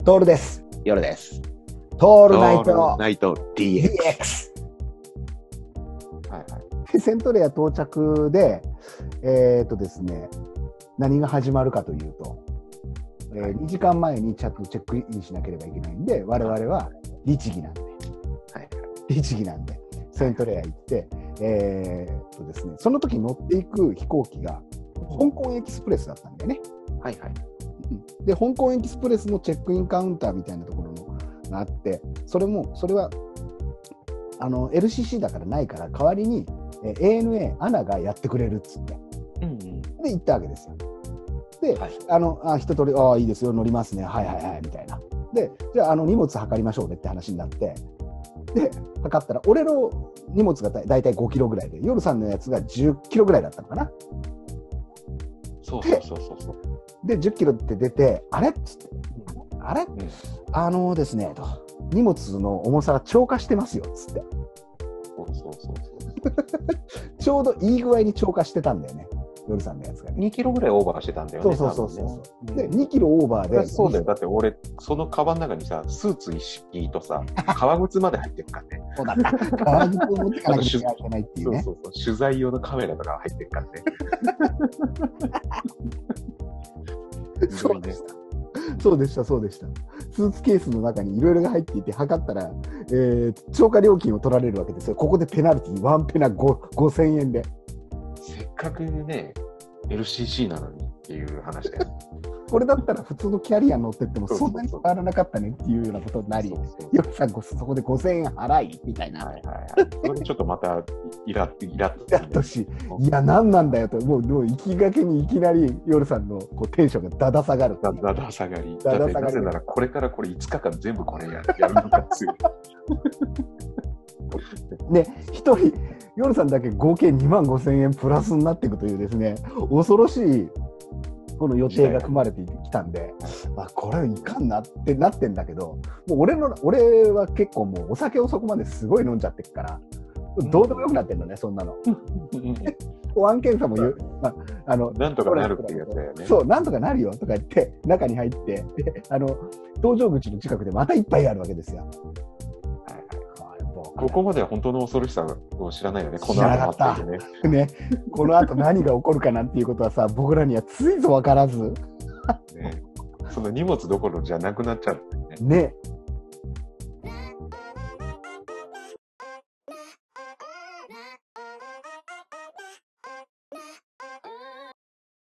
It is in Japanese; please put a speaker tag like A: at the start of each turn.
A: トールです。
B: 夜です。
A: トールナイ
B: オール
A: ト
B: ナイト DX。
A: DX。
B: はいはい。
A: セントレア到着で、ですね、何が始まるかというと、2時間前にチャックインしなければいけないんで、我々は律儀なんで、律儀なんで、セントレア行って、ですね、その時乗っていく飛行機が香港エキスプレスだったんだよね。
B: はいはい。
A: で、香港エキスプレスのチェックインカウンターみたいなところがあって、それはLCC だからないから、代わりに ANA、アナがやってくれるっつって、で行ったわけですよ。で、はい、一通り、いいですよ、乗りますね、はいはいはいみたいな。で、じゃあ荷物測りましょうねって話になって、で、測ったら、俺の荷物がだいたい5キロぐらいで、夜さんのやつが10キロぐらいだったのかな。
B: そう。
A: で、10キロって出て、あれっつって、あれ、ですね、と、荷物の重さが超過してますよっつって。
B: そう。
A: ちょうどいい具合に超過してたんだよね、夜さんのやつがね。
B: 2キロぐらいオーバーしてたんだよね。
A: そう。で、2キロオーバーで。
B: そうだよ。だって俺、そのカバンの中にさ、スーツ一式とさ、革靴まで入ってるからね。
A: そうだった。革靴を持ってかなきゃいけないっていうね。
B: そう。取材用のカメラとか入ってるからね。
A: そうでした。そうでした。スーツケースの中にいろいろが入っていて、測ったら、超過料金を取られるわけですよ。ここでペナルティー、ワンペナ5000円で。
B: せっかくね、LCC なのにっていう話だよ。
A: これだったら普通のキャリア乗ってってもそんなに変わらなかったねっていうようなことになり、よくさんそこで5000円払いみたいな。
B: それでちょっとまたイラッ
A: とし、いや何なんだよと、もう行きがけにいきなり夜さんのこうテンションがだだ下がる。
B: だだ下がり。だってなぜならこれからこれ5日間全部これやるのかっつう。
A: で、一人夜さんだけ合計25,000円プラスになっていくというですね、恐ろしいこの予定が組まれてきたんで、これいかんなってなってんだけど、もう俺は結構もうお酒をそこまですごい飲んじゃってるから、どうでもよくなってんのね、そんなの。保安検査も
B: なんとかなるっていうやつだよね。
A: そう、なんとかなるよとか言って、中に入って、搭乗口の近くでまた一杯あるわけですよ。
B: ここまでは本当の恐ろしさを知らないよね、この後待って
A: ね。この後何が起こるかなんていうことはさ、僕らにはついぞ分からず。
B: ね、その荷物どころじゃなくなっちゃう
A: ね。